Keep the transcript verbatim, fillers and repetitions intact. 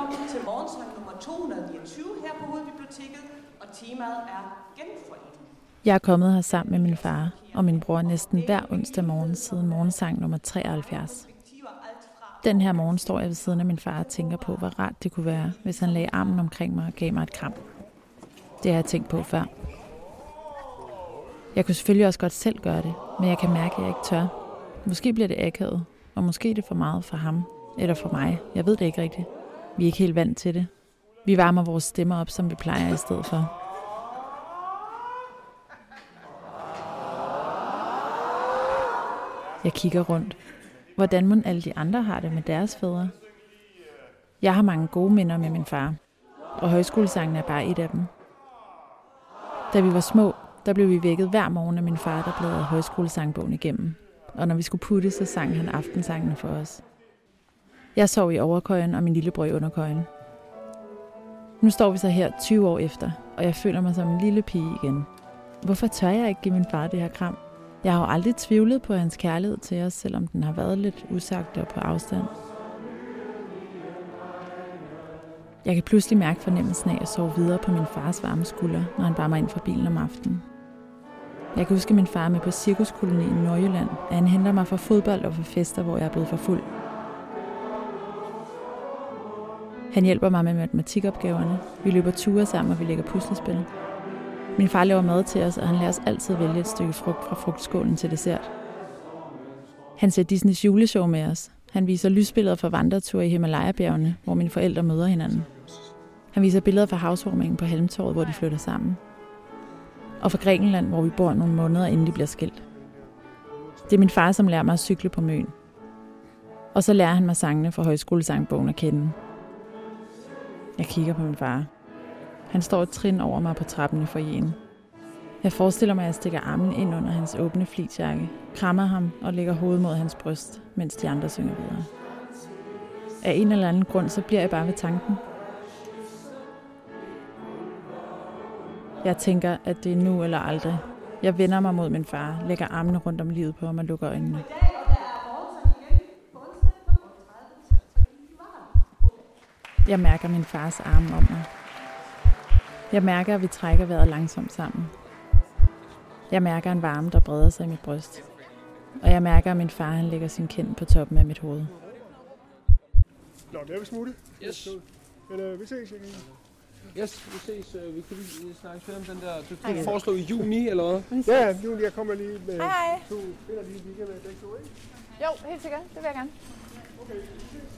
Velkommen til morgensang nummer to hundrede niogtyve her på Hovedbiblioteket, og temaet er genforening. Jeg er kommet her sammen med min far og min bror næsten hver onsdag morgen siden morgensang nummer treoghalvfjerds. Den her morgen står jeg ved siden af min far og tænker på, hvor rart det kunne være, hvis han lagde armen omkring mig og gav mig et kram. Det har jeg tænkt på før. Jeg kunne selvfølgelig også godt selv gøre det, men jeg kan mærke, at jeg ikke tør. Måske bliver det akavet, og måske er det for meget for ham, eller for mig. Jeg ved det ikke rigtigt. Vi er ikke helt vant til det. Vi varmer vores stemmer op, som vi plejer i stedet for. Jeg kigger rundt. Hvordan må alle de andre har det med deres fædre? Jeg har mange gode minder med min far, og højskolesangen er bare et af dem. Da vi var små, der blev vi vækket hver morgen af min far, der bladrede højskolesangbogen igennem. Og når vi skulle putte, så sang han aftensangene for os. Jeg sov i overkøjen, og min lillebror i underkøjen. Nu står vi så her tyve år efter, og jeg føler mig som en lille pige igen. Hvorfor tør jeg ikke give min far det her kram? Jeg har jo aldrig tvivlet på hans kærlighed til os, selvom den har været lidt usagt og på afstand. Jeg kan pludselig mærke fornemmelsen af at sove videre på min fars varme skulder, når han bar mig ind fra bilen om aftenen. Jeg kan huske min far med på cirkuskolonien i Nordjylland, at han henter mig fra fodbold og fra fester, hvor jeg er blevet for fuld. Han hjælper mig med matematikopgaverne. Vi løber ture sammen, og vi lægger puslespil. Min far laver mad til os, og han lader os altid vælge et stykke frugt fra frugtskålen til dessert. Han ser Disneys juleshow med os. Han viser lysbilleder fra vandreture i Himalaya-bjergene, hvor mine forældre møder hinanden. Han viser billeder fra housewarmingen på Halmtorvet, hvor de flytter sammen. Og fra Grækenland, hvor vi bor nogle måneder, inden de bliver skilt. Det er min far, som lærer mig at cykle på Møn. Og så lærer han mig sangene fra højskolesangbogen at kende. Jeg kigger på min far. Han står et trin over mig på trappen i foyeren. Jeg forestiller mig, at jeg stikker armen ind under hans åbne fleecejakke, krammer ham og lægger hovedet mod hans bryst, mens de andre synger videre. Af en eller anden grund, så bliver jeg bare ved tanken. Jeg tænker, at det er nu eller aldrig. Jeg vender mig mod min far, lægger armene rundt om livet på ham og lukker øjnene. Jeg mærker min fars arme om mig. Jeg mærker, at vi trækker vejret langsomt sammen. Jeg mærker en varme, der breder sig i mit bryst. Og jeg mærker, at min far han lægger sin kind på toppen af mit hoved. Nå, jeg vil smutte. Yes. Men øh, vi ses igen. Yes, vi ses. Vi kan lige snakke mere om den der. Du, du foreslår i juni, eller hvad? Ja, juni. Jeg kommer lige med hej, hej. to. Finder lige en weekend med begge to, ikke? Jo, helt sikkert. Det vil jeg gerne. Okay, vi ses.